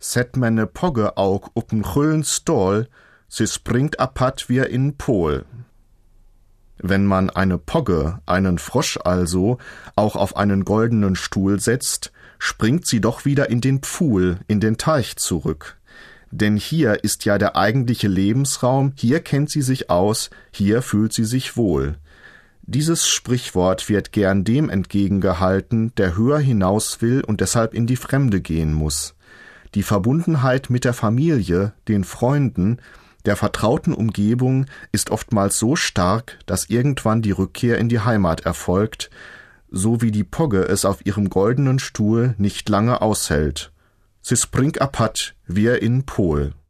set menne Pogge aug up'n chüllen Stol, sie springt apat wie in Pol. Wenn man eine Pogge, einen Frosch also, auch auf einen goldenen Stuhl setzt, springt sie doch wieder in den Pfuhl, in den Teich zurück. Denn hier ist ja der eigentliche Lebensraum, hier kennt sie sich aus, hier fühlt sie sich wohl. Dieses Sprichwort wird gern dem entgegengehalten, der höher hinaus will und deshalb in die Fremde gehen muss. Die Verbundenheit mit der Familie, den Freunden, der vertrauten Umgebung ist oftmals so stark, dass irgendwann die Rückkehr in die Heimat erfolgt, so wie die Pogge es auf ihrem goldenen Stuhl nicht lange aushält. Sie springt apat wie in Pol.